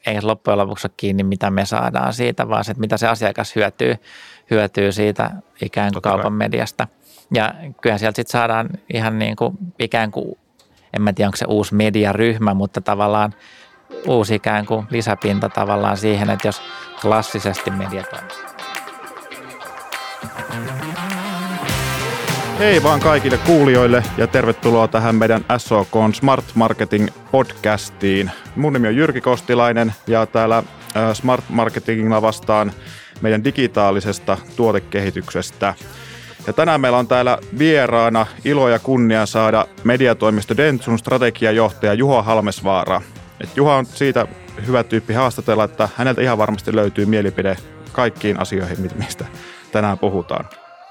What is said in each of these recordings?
ei loppujen lopuksi ole kiinni, mitä me saadaan siitä, vaan se, että mitä se asiakas hyötyy siitä ikään kuin kaupan mediasta. Ja kyllähän sieltä sitten saadaan ihan niin kuin ikään kuin, en mä tiedä onko se uusi mediaryhmä, mutta tavallaan uusi ikään kuin lisäpinta tavallaan siihen, että jos klassisesti media toimii. Hei vaan kaikille kuulijoille ja tervetuloa tähän meidän SOK:n Smart Marketing podcastiin. Mun nimi on Jyrki Kostilainen ja täällä Smart Marketingilla vastaan meidän digitaalisesta tuotekehityksestä. Ja tänään meillä on täällä vieraana ilo ja kunnia saada mediatoimisto Dentsun strategiajohtaja Juha Halmesvaara. Juha on siitä hyvä tyyppi haastatella, että häneltä ihan varmasti löytyy mielipide kaikkiin asioihin, mistä tänään puhutaan.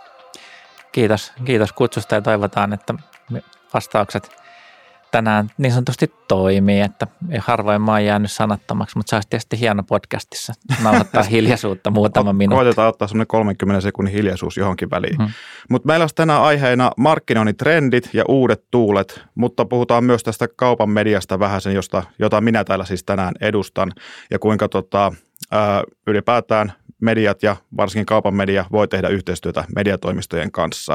Kiitos kutsusta ja toivotaan, että vastaukset tänään niin sanotusti toimii, että harvoin mä oon jäänyt sanattomaksi, mutta se olisi tietysti hieno podcastissa nauhoittaa hiljaisuutta muutama minuutti. Koitetaan ottaa semmoinen 30 sekunnin hiljaisuus johonkin väliin. Mutta meillä on tänään aiheena markkinoinnin trendit ja uudet tuulet, mutta puhutaan myös tästä kaupan mediasta vähäsen, jota minä täällä siis tänään edustan ja kuinka ylipäätään mediat ja varsinkin kaupan media voi tehdä yhteistyötä mediatoimistojen kanssa.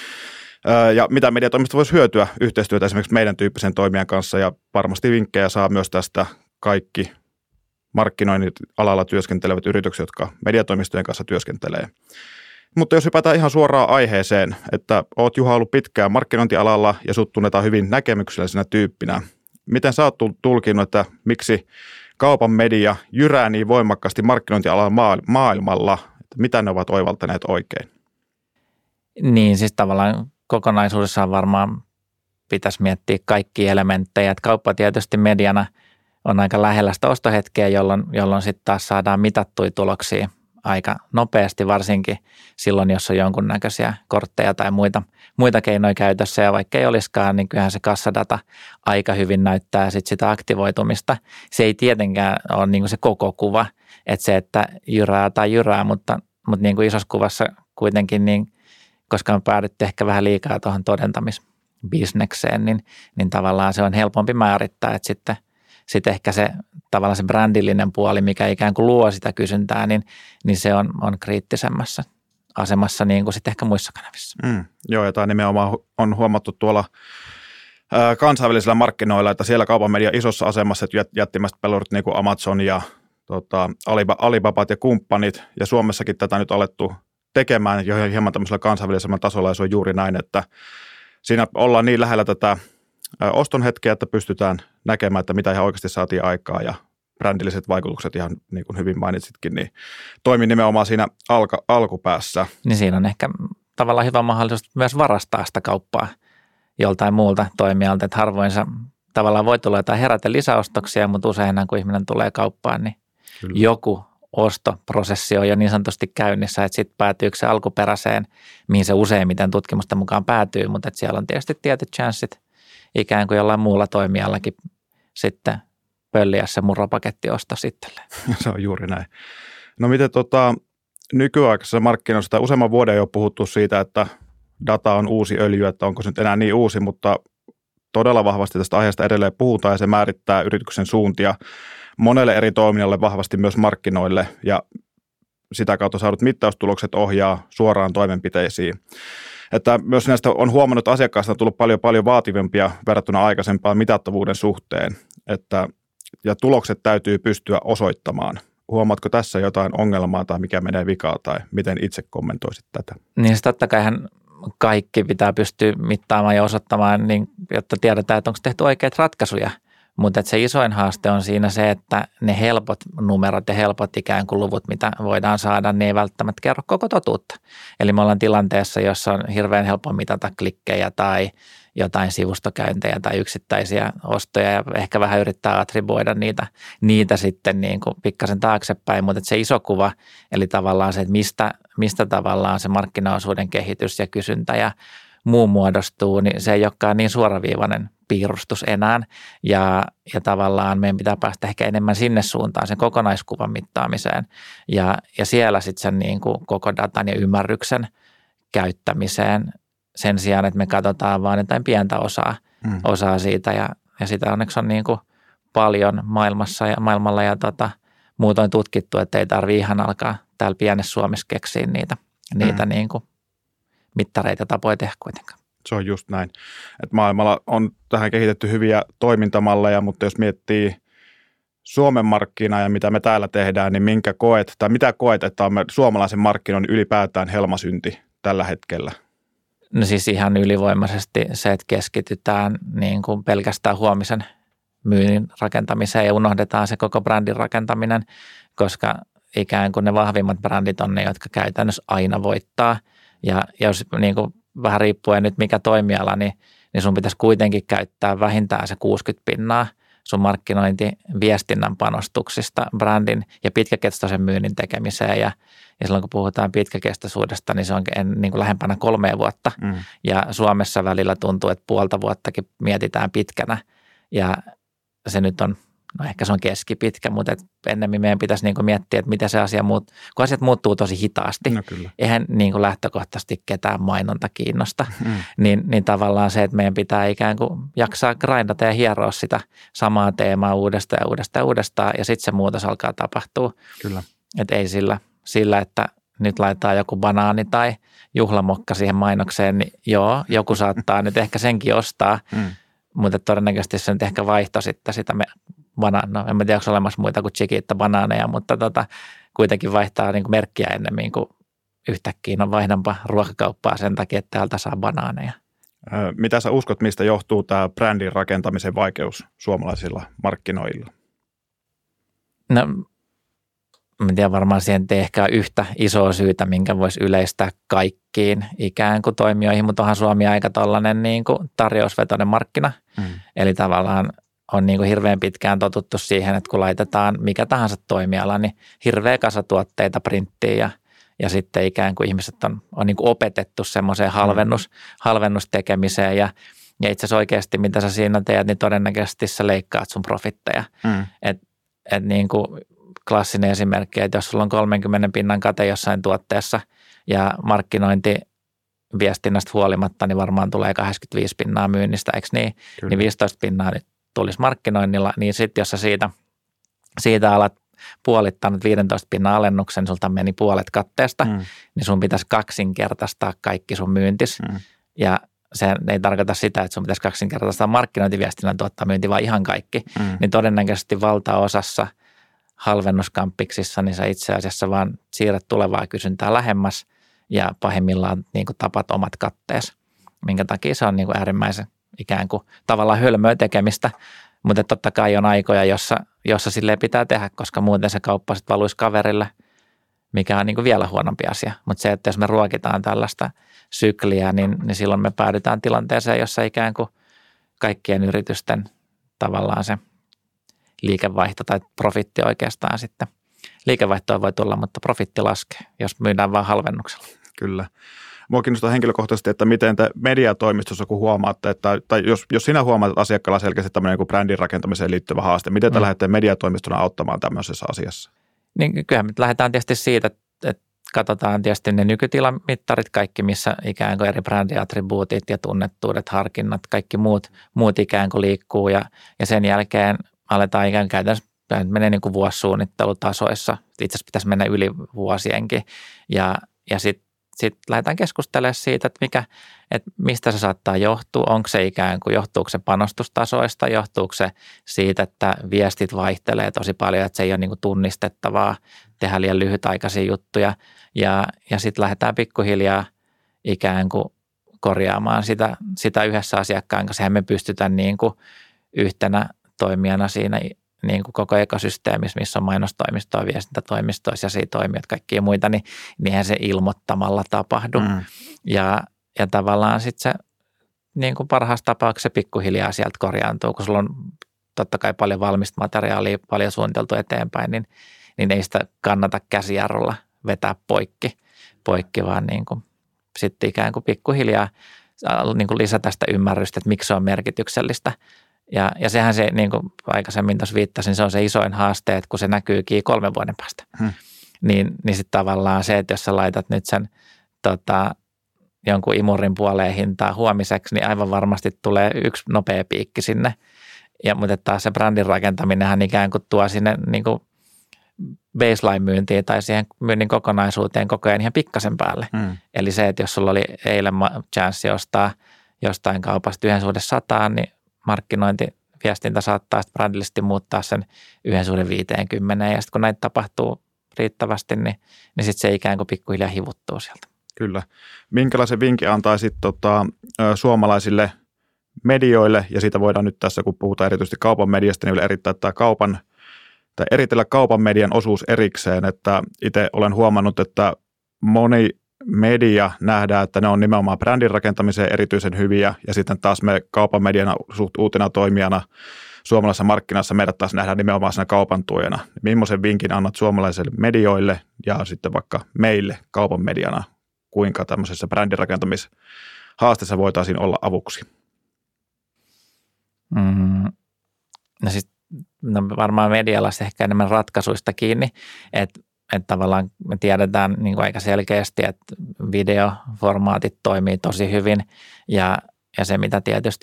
Ja mitä mediatoimisto voisi hyötyä yhteistyötä esimerkiksi meidän tyyppisen toimijan kanssa ja varmasti vinkkejä saa myös tästä kaikki markkinoinnin alalla työskentelevät yritykset, jotka mediatoimistojen kanssa työskentelee. Mutta jos hypätään ihan suoraan aiheeseen, että oot Juha ollut pitkään markkinointialalla ja sut tunnetaan hyvin näkemyksellisenä tyyppinä. Miten sä oot tulkinnut, että miksi kaupan media jyrää niin voimakkaasti markkinointialalla maailmalla, että mitä ne ovat oivaltaneet oikein? Niin, siis tavallaan kokonaisuudessaan varmaan pitäisi miettiä kaikki elementtejä. Että kauppa tietysti mediana on aika lähellä sitä ostohetkeä, jolloin sitten taas saadaan mitattuja tuloksia aika nopeasti, varsinkin silloin, jos on jonkunnäköisiä kortteja tai muita keinoja käytössä. Ja vaikka ei olisikaan, niin kyllähän se kassadata aika hyvin näyttää sitä aktivoitumista. Se ei tietenkään ole niin kuin se koko kuva, että se, että jyrää, mutta niin kuin isossa kuvassa kuitenkin, niin koska on päädytty ehkä vähän liikaa tuohon todentamisbisnekseen, niin tavallaan se on helpompi määrittää, että sitten ehkä se tavallaan se brändillinen puoli, mikä ikään kuin luo sitä kysyntää, niin se on kriittisemmässä asemassa niin kuin sitten ehkä muissa kanavissa. Joo, ja tämä nimenomaan on huomattu tuolla kansainvälisillä markkinoilla, että siellä kaupan media isossa asemassa, että jättimäiset pelurit niin kuin Amazon ja Alibabat ja kumppanit, ja Suomessakin tätä nyt alettu tekemään jo hieman tämmöisellä kansainvälisellä tasolla, ja se on juuri näin, että siinä ollaan niin lähellä tätä oston hetkeä, että pystytään näkemään, että mitä ihan oikeasti saatiin aikaa, ja brändilliset vaikutukset ihan niin kuin hyvin mainitsitkin, niin toimii nimenomaan siinä alkupäässä. Niin siinä on ehkä tavallaan hyvä mahdollisuus myös varastaa sitä kauppaa joltain muulta toimijalta, että harvoin se tavallaan voi tulla jotain herätä lisäostoksia, mutta usein kun ihminen tulee kauppaan, niin kyllä joku ostoprosessi on jo niin sanotusti käynnissä, että sitten päätyykö se alkuperäiseen, mihin se useimmiten tutkimusten mukaan päätyy, mutta että siellä on tietysti tietyt chanssit ikään kuin jollain muulla toimijallakin sitten pölliä se murropakettiosto sitten. Se on juuri näin. No miten nykyaikaisessa markkinoissa tai useamman vuoden jo puhuttu siitä, että data on uusi öljy, että onko se nyt enää niin uusi, mutta todella vahvasti tästä aiheesta edelleen puhutaan ja se määrittää yrityksen suuntia monelle eri toiminnalle, vahvasti myös markkinoille ja sitä kautta saadut mittaustulokset ohjaa suoraan toimenpiteisiin. Että myös näistä on huomannut, että asiakkaista on tullut paljon vaativampia verrattuna aikaisempaan mitattavuuden suhteen, ja tulokset täytyy pystyä osoittamaan. Huomaatko tässä jotain ongelmaa tai mikä menee vikaa tai miten itse kommentoisit tätä? Niin totta kaihan kaikki pitää pystyä mittaamaan ja osoittamaan, niin, jotta tiedetään, että onko tehty oikeat ratkaisuja. Mutta se isoin haaste on siinä se, että ne helpot numerot ja helpot ikään kuin luvut, mitä voidaan saada, niin ei välttämättä kerro koko totuutta. Eli me ollaan tilanteessa, jossa on hirveän helppo mitata klikkejä tai jotain sivustokäyntejä tai yksittäisiä ostoja ja ehkä vähän yrittää attribuoida niitä sitten niin kuin pikkasen taaksepäin, mutta se iso kuva, eli tavallaan se, että mistä tavallaan se markkinaosuuden kehitys ja kysyntä ja muu muodostuu, niin se ei olekaan niin suoraviivainen piirustus enää ja tavallaan meidän pitää päästä ehkä enemmän sinne suuntaan sen kokonaiskuvan mittaamiseen ja siellä sitten sen niin kuin koko datan ja ymmärryksen käyttämiseen sen sijaan, että me katsotaan vaan jotain pientä osaa siitä ja sitä onneksi on niin kuin paljon maailmalla ja muutoin tutkittu, että ei tarvitse ihan alkaa täällä pienessä Suomessa keksiä niitä niin kuin mittareita tapoja tehdä kuitenkaan. Se on just näin. Että maailmalla on tähän kehitetty hyviä toimintamalleja, mutta jos miettii Suomen markkinaa ja mitä me täällä tehdään, niin mitä koet, että on suomalaisen markkinoinnin ylipäätään helmasynti tällä hetkellä? No siis ihan ylivoimaisesti se, että keskitytään niin kuin pelkästään huomisen myynnin rakentamiseen ja unohdetaan se koko brändin rakentaminen, koska ikään kuin ne vahvimmat brändit on ne, jotka käytännössä aina voittaa. Ja jos niin kuin vähän riippuen nyt mikä toimiala, niin sun pitäisi kuitenkin käyttää vähintään se 60% sun markkinointiviestinnän panostuksista brändin ja pitkäkestoisen myynnin tekemiseen. Ja silloin kun puhutaan pitkäkestoisuudesta, niin se on niin kuin lähempänä 3 vuotta. Ja Suomessa välillä tuntuu, että 0,5 vuottakin mietitään pitkänä. Ja se nyt on, no ehkä se on keskipitkä, mutta ennemmin meidän pitäisi niin kuin miettiä, että miten se asia muuttuu. Kun asiat muuttuu tosi hitaasti, eihän niin kuin lähtökohtaisesti ketään mainonta kiinnosta, niin tavallaan se, että meidän pitää ikään kuin jaksaa grindata ja hieroa sitä samaa teemaa uudestaan ja sitten se muutos alkaa tapahtua. Kyllä. Että ei sillä, että nyt laitetaan joku banaani tai juhlamokka siihen mainokseen, niin joo, joku saattaa nyt ehkä senkin ostaa, mutta todennäköisesti se nyt ehkä vaihto sitten sitä banaania. En tiedä, onko olemassa muita kuin Chiquita banaaneja, mutta kuitenkin vaihtaa niin kuin merkkiä ennemmin kuin yhtäkkiä vaihdanpa ruokakauppaa sen takia, että täältä saa banaaneja. Mitä sä uskot, mistä johtuu tämä brändin rakentamisen vaikeus suomalaisilla markkinoilla? No, en tiedä, varmaan siihen ei ehkä ole yhtä isoa syytä, minkä voisi yleistää kaikkiin ikään kuin toimijoihin, mutta onhan Suomi aika tollainen niin kuin tarjousvetoinen markkina. Eli tavallaan on niin kuin hirveän pitkään totuttu siihen, että kun laitetaan mikä tahansa toimiala, niin hirveä kasa tuotteita printtiin ja sitten ikään kuin ihmiset on niin kuin opetettu semmoiseen halvennustekemiseen ja itse asiassa oikeasti mitä sä siinä teet, niin todennäköisesti sä leikkaat sun profitteja. Et niin kuin klassinen esimerkki, että jos sulla on 30% kate jossain tuotteessa ja markkinointiviestinnästä huolimatta, niin varmaan tulee 85% myynnistä, eikö niin? Kyllä. Niin 15% nyt tulisi markkinoinnilla, niin sitten jos sä siitä alat puolittanut 15% alennuksen, sulta meni puolet katteesta, niin sun pitäisi kaksinkertaistaa kaikki sun myyntis. Ja se ei tarkoita sitä, että sun pitäisi kaksinkertaistaa markkinointiviestinnän tuottaa myynti, vaan ihan kaikki. Niin todennäköisesti valtaosassa halvennuskamppiksissa, niin sä itse asiassa vaan siirrät tulevaa kysyntää lähemmäs ja pahimmillaan niin kuin tapat omat kattees, minkä takia se on niin kuin äärimmäisen ikään kuin tavallaan hölmöä tekemistä, mutta totta kai on aikoja, jossa silleen pitää tehdä, koska muuten se kauppa sitten valuisi kaverille, mikä on niin kuin vielä huonompi asia. Mutta se, että jos me ruokitaan tällaista sykliä, niin silloin me päädytään tilanteeseen, jossa ikään kuin kaikkien yritysten tavallaan se liikevaihto tai profitti oikeastaan sitten. Liikevaihtoa voi tulla, mutta profitti laskee, jos myydään vain halvennuksella. Kyllä. Mua kiinnostaa henkilökohtaisesti, että miten te mediatoimistossa, kun huomaatte, tai jos sinä huomaat, että asiakkaalla on selkeästi tämmöinen niin brändin rakentamiseen liittyvä haaste, miten te lähdette mediatoimistona auttamaan tämmöisessä asiassa? Niin kyllähän me lähdetään tietysti siitä, että katsotaan tietysti ne nykytilamittarit, kaikki missä ikään kuin eri brändiattribuutit ja tunnettuudet, harkinnat, kaikki muut ikään kuin liikkuu ja sen jälkeen aletaan ikään kuin käytännössä menee niin kuin vuosisuunnittelutasoissa. Itse asiassa pitäisi mennä yli vuosienkin ja sitten lähdetään keskustelemaan siitä, että mistä se saattaa johtua. Onko se ikään kuin, johtuuko se panostustasoista, johtuuko se siitä, että viestit vaihtelee tosi paljon, että se ei ole niin kuin tunnistettavaa, tehdä liian lyhytaikaisia juttuja. Ja sitten lähdetään pikkuhiljaa ikään kuin korjaamaan sitä yhdessä asiakkaan kanssa. Eihän me pystytään niin kuin yhtenä toimijana siinä niin kuin koko ekosysteemissä, missä on mainostoimistoa, viestintätoimistoa, toimijat, kaikkia muita, niin eihän se ilmoittamalla tapahdu. Ja tavallaan sitten se niin kuin parhaassa tapauksessa pikkuhiljaa sieltä korjaantuu, kun sulla on totta kai paljon valmista materiaalia, paljon suunniteltu eteenpäin, niin ei sitä kannata käsijarrulla vetää poikki vaan niin kuin sitten ikään kuin pikkuhiljaa niin kuin lisätä sitä ymmärrystä, että miksi se on merkityksellistä. Ja sehän se, niin kuin aikaisemmin tuossa viittasin, se on se isoin haaste, että kun se näkyykin 3 vuoden päästä, niin sitten tavallaan se, että jos sä laitat nyt sen jonkun imurin puoleen hintaa huomiseksi, niin aivan varmasti tulee yksi nopea piikki sinne. Mutta taas se brändin rakentaminenhan ikään kuin tuo sinne niin kuin baseline-myyntiin tai siihen myynnin kokonaisuuteen koko ajan ihan pikkasen päälle. Eli se, että jos sulla oli eilen chanssi ostaa jostain kaupasta 1:100, niin markkinointiviestintä saattaa sitten brändillisesti muuttaa sen 1:50. Ja sitten kun näitä tapahtuu riittävästi, niin sitten se ikään kuin pikkuhiljaa hivuttuu sieltä. Kyllä. Minkälaisen vinkin antaisit suomalaisille medioille, ja siitä voidaan nyt tässä, kun puhutaan erityisesti kaupan mediasta, niin erittää eritellä kaupan median osuus erikseen, että itse olen huomannut, että moni media nähdään, että ne on nimenomaan brändin rakentamiseen erityisen hyviä, ja sitten taas me kaupan mediana suht uutena toimijana suomalaisessa markkinassa meidät taas nähdään nimenomaan siinä kaupan tuojana. Millaisen vinkin annat suomalaisille medioille ja sitten vaikka meille kaupan mediana, kuinka tämmöisessä brändin rakentamishaasteessa voitaisiin olla avuksi? No varmaan medialla se ehkä enemmän ratkaisuista kiinni, että tavallaan me tiedetään niin kuin aika selkeästi, että videoformaatit toimii tosi hyvin ja se, mitä tietysti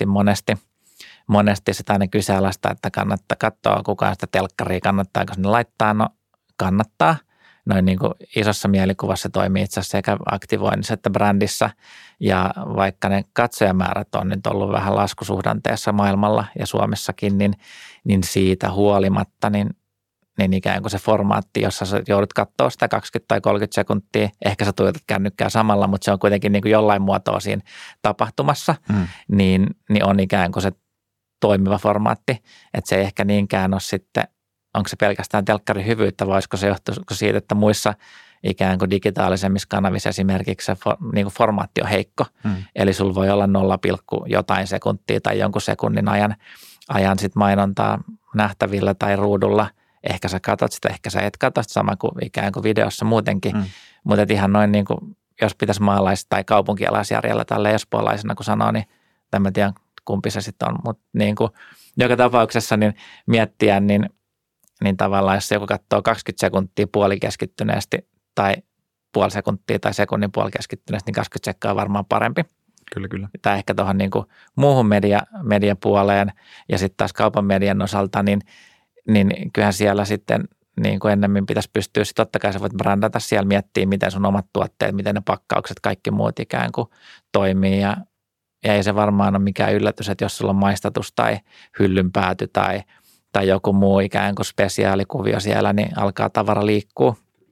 monesti sitä aina kyseenalaista, että kannattaa katsoa kukaan sitä telkkaria, kannattaako sinne laittaa, no kannattaa. Noin niin kuin isossa mielikuvassa toimii itse asiassa sekä aktivoinnissa että brändissä, ja vaikka ne katsojamäärät on nyt ollut vähän laskusuhdanteessa maailmalla ja Suomessakin, niin siitä huolimatta, niin ikään kuin se formaatti, jossa sä joudut katsoa sitä 20 tai 30 sekuntia, ehkä sä tuijotat kännykkää samalla, mutta se on kuitenkin niin kuin jollain muotoa siinä tapahtumassa, niin on ikään kuin se toimiva formaatti, että se ei ehkä niinkään ole sitten, onko se pelkästään telkkarin hyvyyttä, vai olisiko se johtuu siitä, että muissa ikään kuin digitaalisemmissa kanavissa esimerkiksi se niin kuin formaatti on heikko. Eli sulla voi olla 0, jotain sekuntia tai jonkun sekunnin ajan sit mainontaa nähtävillä tai ruudulla. Ehkä sä katsot sitä, ehkä sä et katso sitä, sama kuin ikään kuin videossa muutenkin. Mutta ihan noin niin kuin, jos pitäisi tai kaupunkialaisjärjellä tälle espoolaisena, kun sanoo, niin en tiedä kumpi se sitten on. Mutta niin kuin joka tapauksessa niin miettiä, niin tavallaan jos joku katsoo 20 sekuntia puolikeskittyneesti tai puoli sekuntia tai sekunnin puolikeskittyneesti, niin 20 sekkaa on varmaan parempi. Kyllä. Tai ehkä tuohon niin kuin muuhun mediapuoleen ja sitten taas kaupan median osalta, niin kyllähän siellä sitten niin kuin ennemmin pitäisi pystyä, sitten totta kai sä voit brändätä siellä, miettiä miten sun omat tuotteet, miten ne pakkaukset, kaikki muut ikään kuin toimii ja ei se varmaan ole mikään yllätys, että jos sulla on maistatus tai hyllynpääty tai joku muu ikään kuin spesiaalikuvio siellä, niin alkaa tavara liikkua,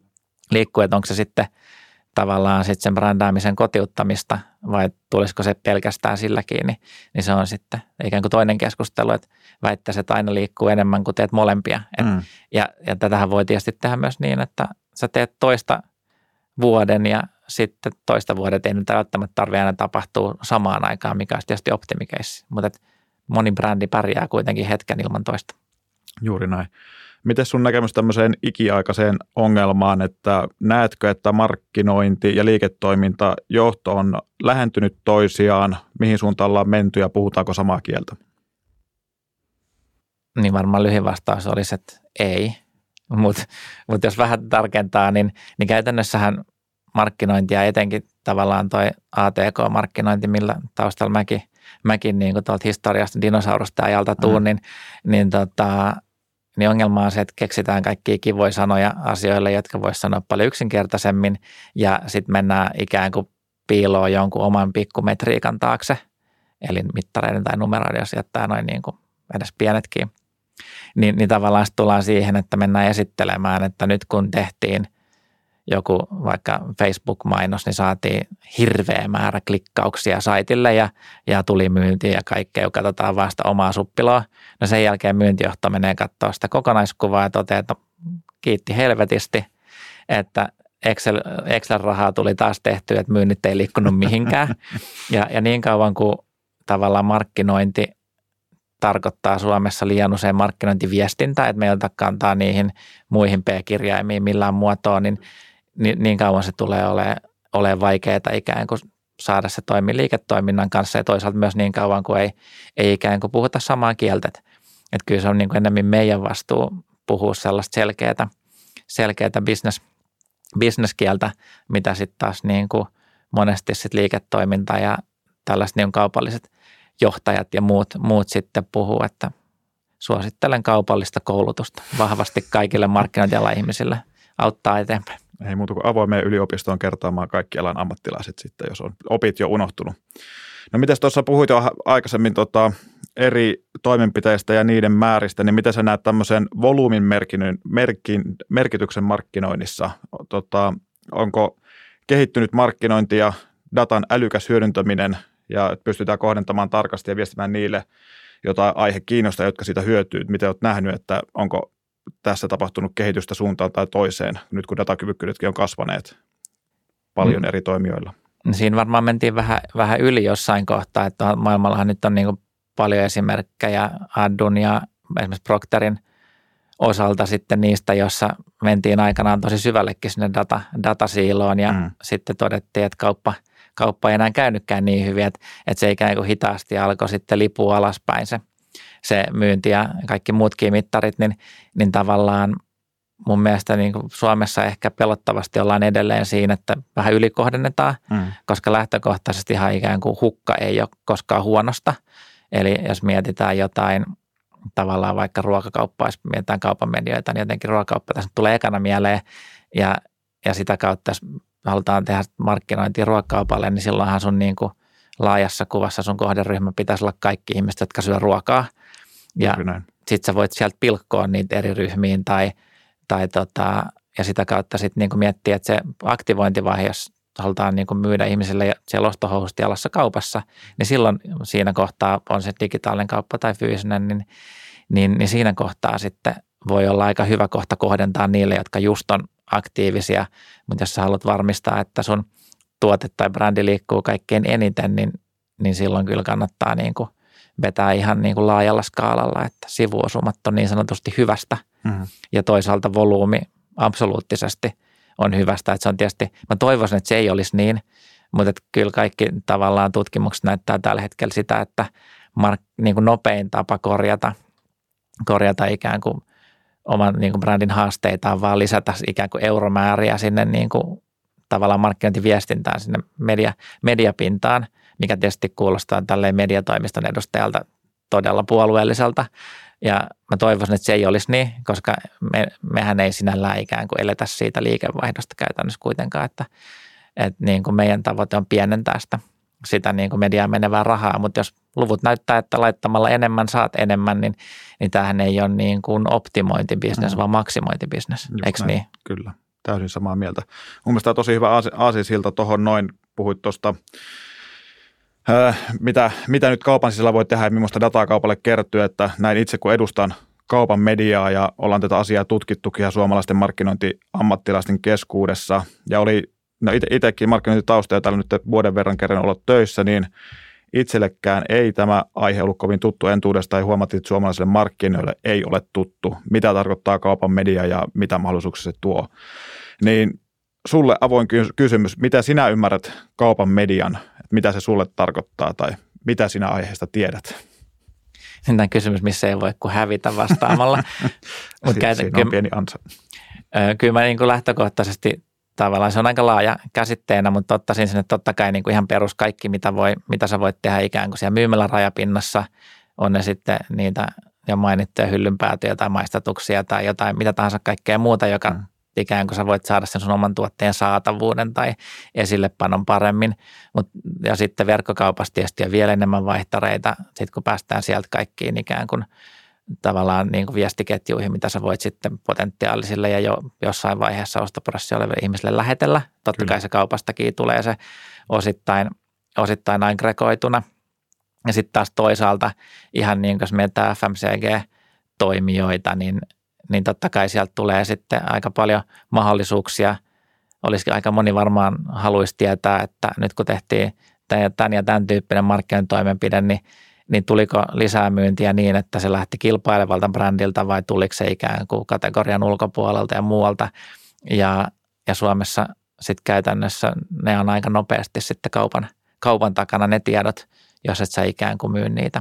että onko se sitten tavallaan sitten sen brändäämisen kotiuttamista vai tulisiko se pelkästään sillä kiinni, niin se on sitten ikään kuin toinen keskustelu, että väittäisi, että aina liikkuu enemmän kuin teet molempia. Ja tätähän voi tietysti tehdä myös niin, että sä teet toista vuoden ja sitten toista vuodet ei nyt välttämättä tarvitse aina tapahtua samaan aikaan, mikä olisi tietysti optimikeissi, mutta moni brändi pärjää kuitenkin hetken ilman toista. Juuri näin. Miten sun näkemys tämmöiseen ikiaikaiseen ongelmaan, että näetkö, että markkinointi ja liiketoiminta johto on lähentynyt toisiaan, mihin suuntaan ollaan menty ja puhutaanko samaa kieltä? Niin varmaan lyhin vastaus olisi, että ei, mutta jos vähän tarkentaa, niin käytännössähän markkinointia etenkin tavallaan toi ATK-markkinointi, millä taustalla mäkin niin kuin tuolta historiasta dinosaurusta ajalta tuun, niin ongelma on se, että keksitään kaikkia kivoja sanoja asioille, jotka voisi sanoa paljon yksinkertaisemmin ja sitten mennään ikään kuin piiloon jonkun oman pikkumetriikan taakse, eli mittareiden tai numeroiden, jos jättää noin niin kuin edes pienetkin. Niin tavallaan tullaan siihen, että mennään esittelemään, että nyt kun tehtiin joku vaikka Facebook-mainos, niin saatiin hirveä määrä klikkauksia saitille ja tuli myyntiä ja kaikkea, katsotaan vasta omaa suppiloa. No sen jälkeen myyntijohto menee katsoa sitä kokonaiskuvaa ja toteaa, että kiitti helvetisti, että Excel-rahaa tuli taas tehty, että myynnit ei liikkunut mihinkään. Ja niin kauan kuin tavallaan markkinointi tarkoittaa Suomessa liian usein markkinointiviestintää, että me ei ota kantaa niihin muihin P-kirjaimiin millään muotoa, niin kauan se tulee olemaan vaikeaa ikään kuin saada se toimii liiketoiminnan kanssa ja toisaalta myös niin kauan kuin ei ikään kuin puhuta samaa kieltä. Että kyllä se on niin kuin enemmän meidän vastuu puhua sellaista selkeätä bisneskieltä, mitä sitten taas niin kuin monesti sit liiketoiminta ja tällaiset niin kaupalliset johtajat ja muut sitten puhuu, että suosittelen kaupallista koulutusta vahvasti kaikille markkinointialan ihmisille, auttaa eteenpäin. Ei muuta kuin avoimeen yliopistoon kertaamaan kaikki alan ammattilaiset sitten, jos on opit jo unohtunut. No mites tuossa puhuit jo aikaisemmin eri toimenpiteistä ja niiden määristä, niin miten sä näet tämmöisen volyymin merkityksen markkinoinnissa? Onko kehittynyt markkinointi ja datan älykäs hyödyntäminen ja että pystytään kohdentamaan tarkasti ja viestimään niille, jota aihe kiinnostaa, jotka siitä hyötyy? Miten olet nähnyt, että onko tässä tapahtunut kehitystä suuntaan tai toiseen, nyt kun datakyvykkyydetkin on kasvaneet paljon eri toimijoilla? Siinä varmaan mentiin vähän yli jossain kohtaa, että maailmallahan nyt on niin kuin paljon esimerkkejä Addun ja esimerkiksi Procterin osalta sitten niistä, jossa mentiin aikanaan tosi syvällekin sinne datasiiloon ja sitten todettiin, että kauppa ei enää käynytkään niin hyvin, että se ikään kuin hitaasti alkoi sitten lipua alaspäin se myynti ja kaikki muutkin mittarit, niin tavallaan mun mielestä niin kuin Suomessa ehkä pelottavasti ollaan edelleen siinä, että vähän ylikohdennetaan, koska lähtökohtaisesti ihan ikään kuin hukka ei ole koskaan huonosta. Eli jos mietitään jotain tavallaan vaikka ruokakauppaa, jos mietitään kaupan medioita, niin jotenkin ruokakauppa tässä tulee ekana mieleen ja sitä kautta, jos halutaan tehdä markkinointia ruokakaupalle, niin silloinhan sun niin kuin laajassa kuvassa sun kohderyhmä pitäisi olla kaikki ihmiset, jotka syö ruokaa. Ja sitten sä voit sieltä pilkkoa niitä eri ryhmiin ja sitä kautta sitten niin kuin miettiä, että se aktivointivaihe, jos halutaan niin kuin myydä ihmiselle siellä ostohousustialassa kaupassa, niin silloin siinä kohtaa on se digitaalinen kauppa tai fyysinen, niin siinä kohtaa sitten voi olla aika hyvä kohta kohdentaa niille, jotka just on aktiivisia, mutta jos sä haluat varmistaa, että sun tuote tai brändi liikkuu kaikkein eniten, niin silloin kyllä kannattaa niin kuin vetää ihan niin kuin laajalla skaalalla, että sivuosumat on niin sanotusti hyvästä ja toisaalta volyymi absoluuttisesti on hyvästä, että se on tietysti, mä toivoisin, että se ei olisi niin, mutta että kyllä kaikki tavallaan tutkimukset näyttää tällä hetkellä sitä, että niin kuin nopein tapa korjata ikään kuin oman niin kuin brändin haasteita on vaan lisätä ikään kuin euromääriä sinne niin kuin tavallaan markkinointiviestintään sinne mediapintaan, mikä tietysti kuulostaa tälleen mediatoimiston edustajalta todella puolueelliselta. Ja mä toivoisin, että se ei olisi niin, koska mehän ei sinällään ikään kuin eletä siitä liikevaihdosta käytännössä kuitenkaan, että niin kuin meidän tavoite on pienentää sitä niin kuin mediaan menevää rahaa, mutta jos luvut näyttää, että laittamalla enemmän saat enemmän, niin tämähän ei ole niin kuin optimointibisnes, vaan maksimointibisnes, eikö niin? Kyllä, täysin samaa mieltä. Mun mielestä on tosi hyvä aasinsilta tuohon noin, puhuit tuosta, mitä nyt kaupan sisällä voi tehdä ja millaista dataa kaupalle kertyy, että näin itse kun edustan kaupan mediaa ja ollaan tätä asiaa tutkittukin ja suomalaisten markkinointiammattilaisten keskuudessa ja oli itsekin markkinointitausta ja täällä nyt vuoden verran kerran ollut töissä, niin itsellekään ei tämä aihe ollut kovin tuttu entuudesta ja huomattiin, että suomalaisille markkinoille ei ole tuttu, mitä tarkoittaa kaupan media ja mitä mahdollisuuksia se tuo. Niin sulle avoin kysymys, mitä sinä ymmärrät kaupan median, mitä se sulle tarkoittaa tai mitä sinä aiheesta tiedät? Tämä kysymys, missä ei voi kuin hävitä vastaamalla. Siinä on pieni ansa. Kyllä mä niin kuin lähtökohtaisesti tavallaan se on aika laaja käsitteenä, mutta ottaisin sen, että totta kai niin kuin ihan perus kaikki, mitä sä voit tehdä ikään kuin siellä myymällä rajapinnassa, on ne sitten niitä jo mainittuja hyllynpäätöjä tai maistatuksia tai jotain, mitä tahansa kaikkea muuta, joka ikään kuin sä voit saada sen sun oman tuotteen saatavuuden tai esillepanon paremmin. Ja sitten verkkokaupassa tietysti on vielä enemmän vaihtareita, sitten kun päästään sieltä kaikkiin ikään kuin tavallaan niin kuin viestiketjuihin, mitä sä voit sitten potentiaalisille ja jo jossain vaiheessa ostoprosessia oleville ihmisille lähetellä. Totta kai se kaupastakin tulee se osittain aggregoituna. Ja sitten taas toisaalta ihan niin kuin jos mietitään FMCG-toimijoita, niin totta kai sieltä tulee sitten aika paljon mahdollisuuksia. Olisikin aika moni varmaan haluaisi tietää, että nyt kun tehtiin tämän tyyppinen markkinointitoimenpide, niin tuliko lisää myyntiä niin, että se lähti kilpailevalta brändiltä vai tuliko se ikään kuin kategorian ulkopuolelta ja muualta. Ja Suomessa sitten käytännössä ne on aika nopeasti sitten kaupan takana ne tiedot, jos et sä ikään kuin myy niitä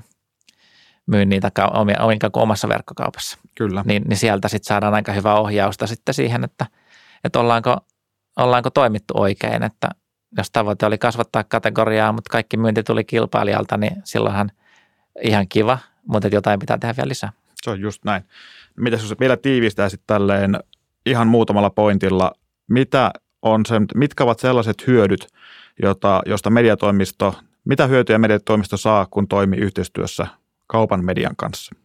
omassa verkkokaupassa. Kyllä. Niin sieltä sitten saadaan aika hyvää ohjausta sitten siihen, että ollaanko toimittu oikein, että jos tavoite oli kasvattaa kategoriaa, mutta kaikki myynti tuli kilpailijalta, niin silloinhan ihan kiva, mutta jotain pitää tehdä vielä lisää. Se on just näin. Mitä jos vielä tiivistää sitten tälleen ihan muutamalla pointilla, mitkä ovat sellaiset hyödyt, josta mitä hyötyjä mediatoimisto saa, kun toimii yhteistyössä kaupan median kanssa?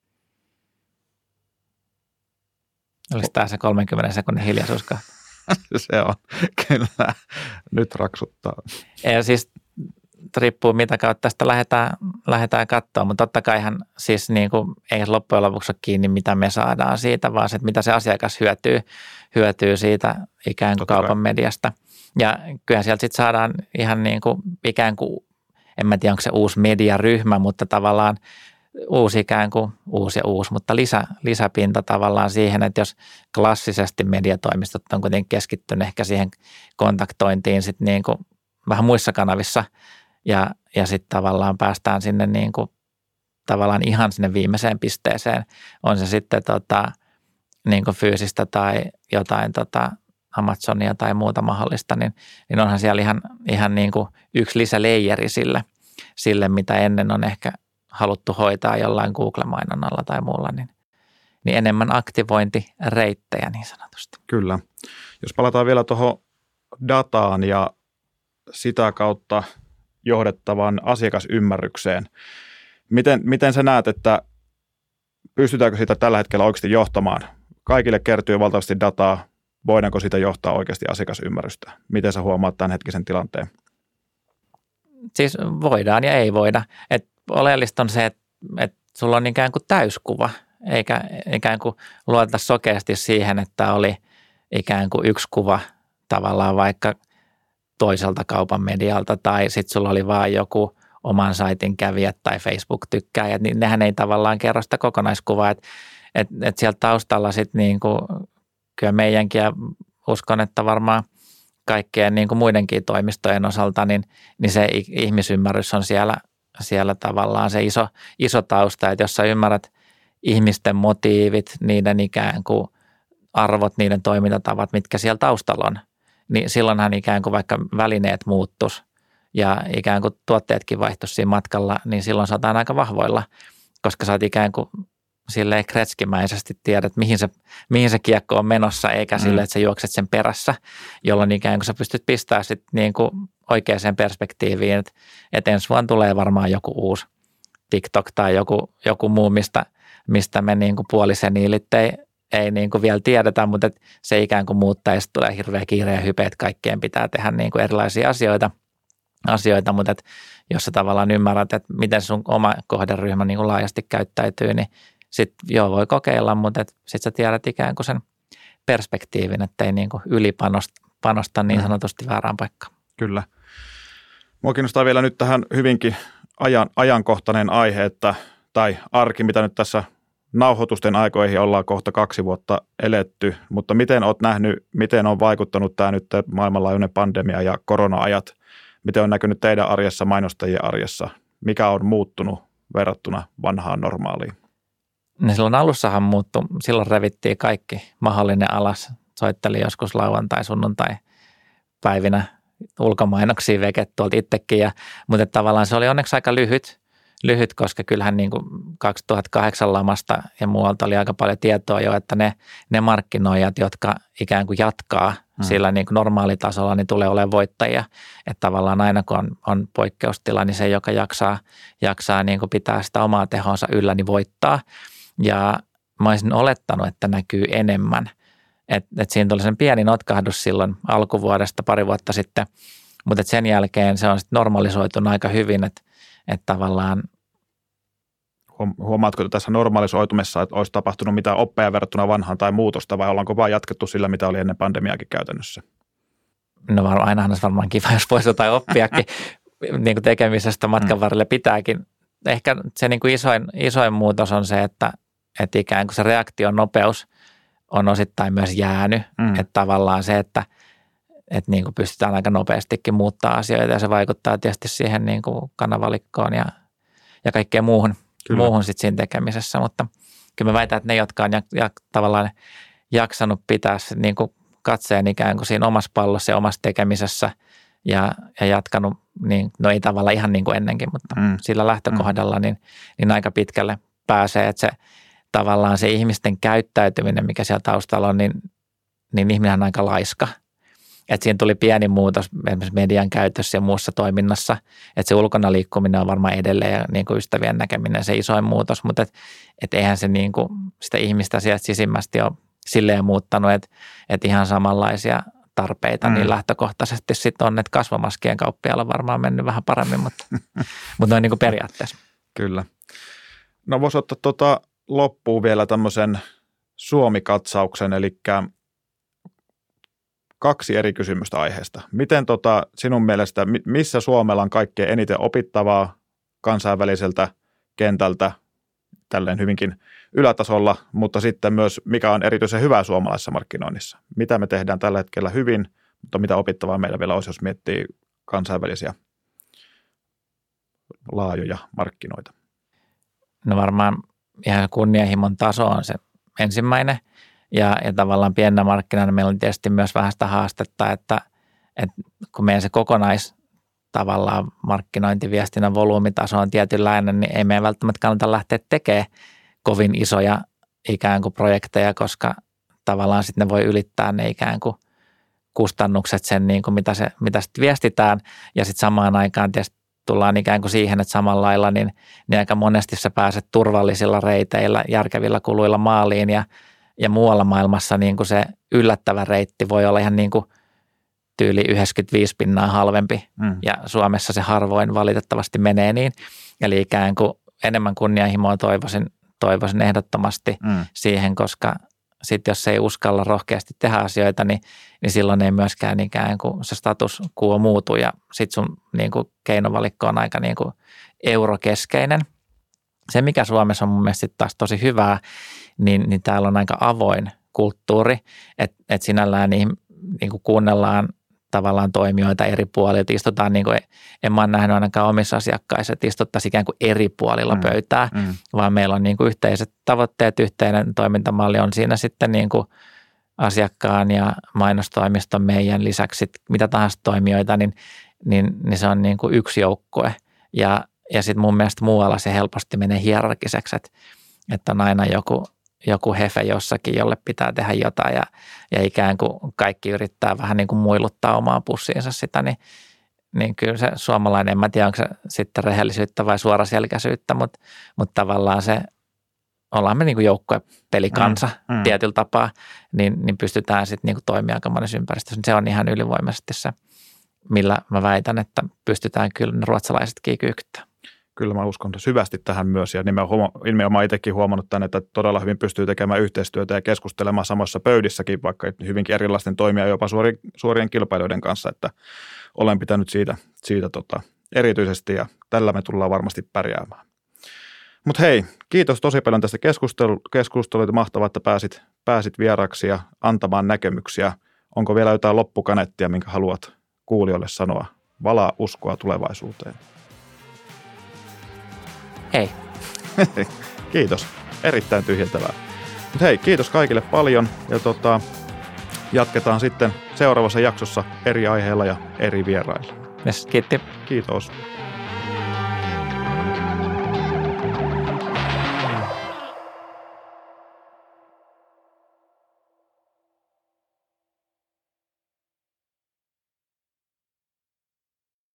Olisi tämä se 30 sekunnin hiljaisuuska. Se on, kyllä. Nyt raksuttaa. Ja siis riippuu mitä kautta tästä lähdetään katsoa, mutta totta kaihan siis niin kuin, ei loppujen lopuksi ole kiinni, mitä me saadaan siitä, vaan se, että mitä se asiakas hyötyy siitä ikään kuin kaupan mediasta. Ja kyllähän sieltä sitten saadaan ihan niin kuin ikään kuin, en mä tiedä onko se uusi mediaryhmä, mutta tavallaan uusi ikään kuin uusi, mutta lisäpinta tavallaan siihen, että jos klassisesti mediatoimistot on kuitenkin keskittynyt ehkä siihen kontaktointiin sitten niin kuin vähän muissa kanavissa ja sitten tavallaan päästään sinne niin kuin tavallaan ihan sinne viimeiseen pisteeseen, on se sitten niin kuin fyysistä tai jotain Amazonia tai muuta mahdollista, niin onhan siellä ihan niin kuin yksi lisäleijeri sille, mitä ennen on ehkä haluttu hoitaa jollain Google-mainonnalla tai muulla, niin enemmän aktivointireittejä niin sanotusti. Kyllä. Jos palataan vielä tuohon dataan ja sitä kautta johdettavaan asiakasymmärrykseen, miten sä näet, että pystytäänkö sitä tällä hetkellä oikeasti johtamaan? Kaikille kertyy valtavasti dataa, voidaanko sitä johtaa oikeasti asiakasymmärrystä? Miten sä huomaat tämän hetkisen tilanteen? Siis voidaan ja ei voida. Oleellista on se, että sulla on ikään kuin täyskuva, eikä ikään kuin luoteta sokeasti siihen, että oli ikään kuin yksi kuva tavallaan vaikka toiselta kaupan medialta tai sitten sulla oli vaan joku oman saitin kävijät tai Facebook-tykkäjät, niin nehän ei tavallaan kerro sitä kokonaiskuvaa, että sieltä taustalla sitten niin kuin kyllä meidänkin ja uskon, että varmaan kaikkien niin kuin muidenkin toimistojen osalta, niin se ihmisymmärrys on siellä tavallaan se iso tausta, että jos sä ymmärrät ihmisten motiivit, niiden ikään kuin arvot, niiden toimintatavat, mitkä siellä taustalla on, niin silloinhan ikään kuin vaikka välineet muuttus ja ikään kuin tuotteetkin vaihtuisi siinä matkalla, niin silloin saadaan aika vahvoilla, koska sä oot ikään kuin silleen kretskimäisesti tiedät, mihin se kiekko on menossa, eikä silleen, että sä juokset sen perässä, jolloin ikään kuin sä pystyt pistämään sitten niin kuin oikeaan perspektiiviin, että ensi vuonna tulee varmaan joku uusi TikTok tai joku muu, mistä me niin kuin puoliseniilit ei niin kuin vielä tiedetä, mutta se ikään kuin muuttaa ja sitten tulee hirveä kiire ja hype, että kaikkeen pitää tehdä niin kuin erilaisia asioita, mutta jos sä tavallaan ymmärrät, että miten sun oma kohderyhmä niin kuin laajasti käyttäytyy, niin sitten voi kokeilla, mutta sitten sä tiedät ikään kuin sen perspektiivin, että ei niin kuin ylipanosta niin sanotusti väärään paikkaan. Kyllä. Mua kiinnostaa vielä nyt tähän hyvinkin ajankohtainen aihe, tai arki, mitä nyt tässä nauhoitusten aikoihin ollaan kohta 2 vuotta eletty, mutta miten olet nähnyt, miten on vaikuttanut tämä nyt maailmanlaajuinen pandemia ja korona-ajat, miten on näkynyt teidän arjessa, mainostajien arjessa, mikä on muuttunut verrattuna vanhaan normaaliin? No silloin alussahan muuttui, silloin revittiin kaikki mahdollinen alas, soitteli joskus lauantai, sunnuntai päivinä ulkomainoksia veket tuolta itsekin, mutta tavallaan se oli onneksi aika lyhyt, koska kyllähän niin kuin 2008 lamasta ja muualta oli aika paljon tietoa jo, että ne markkinoijat, jotka ikään kuin jatkaa sillä niin kuin normaalitasolla, niin tulee olemaan voittajia. Että tavallaan aina kun on poikkeustila, niin se, joka jaksaa niin kuin pitää sitä omaa tehonsa yllä, niin voittaa. Ja mä olisin olettanut, että näkyy enemmän. Että siinä tuli sen pieni notkahdus silloin alkuvuodesta 2 vuotta sitten, mutta sen jälkeen se on sitten normalisoitunut aika hyvin, että tavallaan. Huomaatko tässä normalisoitumessa, että olisi tapahtunut mitään oppeja verrattuna vanhaan tai muutosta, vai ollaanko vaan jatkettu sillä, mitä oli ennen pandemiaakin käytännössä? No ainahan olisi varmaan kiva, jos voisi jotain oppiakin niin kuin tekemisestä matkan varrelle pitääkin. Ehkä se niin kuin isoin muutos on se, että ikään kuin se reaktion nopeus on osittain myös jäänyt. Että tavallaan se, että niin kuin pystytään aika nopeastikin muuttaa asioita ja se vaikuttaa tietysti siihen niin kuin kanavalikkoon ja kaikkeen muuhun sitten siinä tekemisessä. Mutta kyllä mä väitän, että ne, jotka on tavallaan jaksanut pitää niin kuin katseen ikään kuin siinä omassa pallossa ja omassa tekemisessä ja jatkanut, niin no ei tavallaan ihan niin kuin ennenkin, mutta sillä lähtökohdalla niin aika pitkälle pääsee, että se tavallaan se ihmisten käyttäytyminen, mikä siellä taustalla on, niin ihminen on aika laiska. Että siinä tuli pieni muutos esimerkiksi median käytössä ja muussa toiminnassa, että se ulkona liikkuminen on varmaan edelleen ja niin kuin ystävien näkeminen se isoin muutos, mutta et eihän se niin kuin sitä ihmistä sieltä sisimmästi ole silleen muuttanut, että ihan samanlaisia tarpeita, niin lähtökohtaisesti sitten on, että kasvomaskien kauppiaalla on varmaan mennyt vähän paremmin, mutta noin niin kuin periaatteessa. Kyllä. No voisi ottaa loppuun vielä tämmöisen Suomi-katsauksen, eli 2 eri kysymystä aiheesta. Miten sinun mielestä, missä Suomella on kaikkein eniten opittavaa kansainväliseltä kentältä, tälleen hyvinkin ylätasolla, mutta sitten myös mikä on erityisen hyvää suomalaisessa markkinoinnissa? Mitä me tehdään tällä hetkellä hyvin, mutta mitä opittavaa meillä vielä olisi, jos miettii kansainvälisiä laajoja markkinoita? No varmaan ihan kunnianhimon taso on se ensimmäinen. Ja tavallaan pienenä markkinana meillä on tietysti myös vähän sitä haastetta, että kun meidän se tavallaan markkinointiviestinnän volyymitaso on tietynlainen, niin ei meidän välttämättä kannata lähteä tekemään kovin isoja ikään kuin projekteja, koska tavallaan sitten ne voi ylittää ne ikään kuin kustannukset sen, niin kuin mitä sitten viestitään. Ja sitten samaan aikaan tietysti tullaan ikään kuin siihen, että samalla lailla niin aika monesti sä pääset turvallisilla reiteillä, järkevillä kuluilla maaliin ja muualla maailmassa niin kuin se yllättävä reitti voi olla ihan niin kuin tyyli 95% halvempi ja Suomessa se harvoin valitettavasti menee niin. Eli ikään kuin enemmän kunnianhimoa toivoisin ehdottomasti siihen, koska sitten jos ei uskalla rohkeasti tehdä asioita, niin silloin ei myöskään ikään kuin se status quo muutu ja sitten sun niin kuin keinovalikko on aika niin kuin eurokeskeinen. Se, mikä Suomessa on mun mielestä taas tosi hyvää, niin täällä on aika avoin kulttuuri, että sinällään niin kuin kuunnellaan tavallaan toimijoita eri puolilta. Istutaan, niin kuin, en mä ole nähnyt ainakaan omissa asiakkaissa, että istuttaisiin ikään kuin eri puolilla pöytää, vaan meillä on niin kuin yhteiset tavoitteet, yhteinen toimintamalli on siinä sitten niin kuin asiakkaan ja mainostoimiston meidän lisäksi mitä tahansa toimijoita, niin se on niin kuin yksi joukkue. Ja sitten mun mielestä muualla se helposti menee hierarkiseksi, että on aina joku hefe jossakin, jolle pitää tehdä jotain ja ikään kuin kaikki yrittää vähän niin kuin muiluttaa omaa pussiinsa sitä, niin kyllä se suomalainen, en mä tiedä onko se sitten rehellisyyttä vai suoraselkäisyyttä, mutta tavallaan se, ollaan me niin kuin joukkuepelikansa tietyllä tapaa, niin pystytään sitten niin kuin toimia aika monessa ympäristössä. Se on ihan ylivoimaisesti se, millä mä väitän, että pystytään kyllä ne ruotsalaisetkin kyykyttämään. Kyllä mä uskon syvästi tähän myös ja nimenomaan itsekin huomannut tämän, että todella hyvin pystyy tekemään yhteistyötä ja keskustelemaan samassa pöydissäkin, vaikka hyvinkin erilaisten toimia jopa suorien kilpailijoiden kanssa, että olen pitänyt siitä erityisesti ja tällä me tullaan varmasti pärjäämään. Mutta hei, kiitos tosi paljon tästä keskustelusta. Mahtavaa, että pääsit vieraksi ja antamaan näkemyksiä. Onko vielä jotain loppukanettia, minkä haluat kuulijoille sanoa? Valaa uskoa tulevaisuuteen. Hei. Kiitos. Erittäin tyhjentävää. Mutta hei, kiitos kaikille paljon ja jatketaan sitten seuraavassa jaksossa eri aiheilla ja eri vierailla. Kiitti. Kiitos.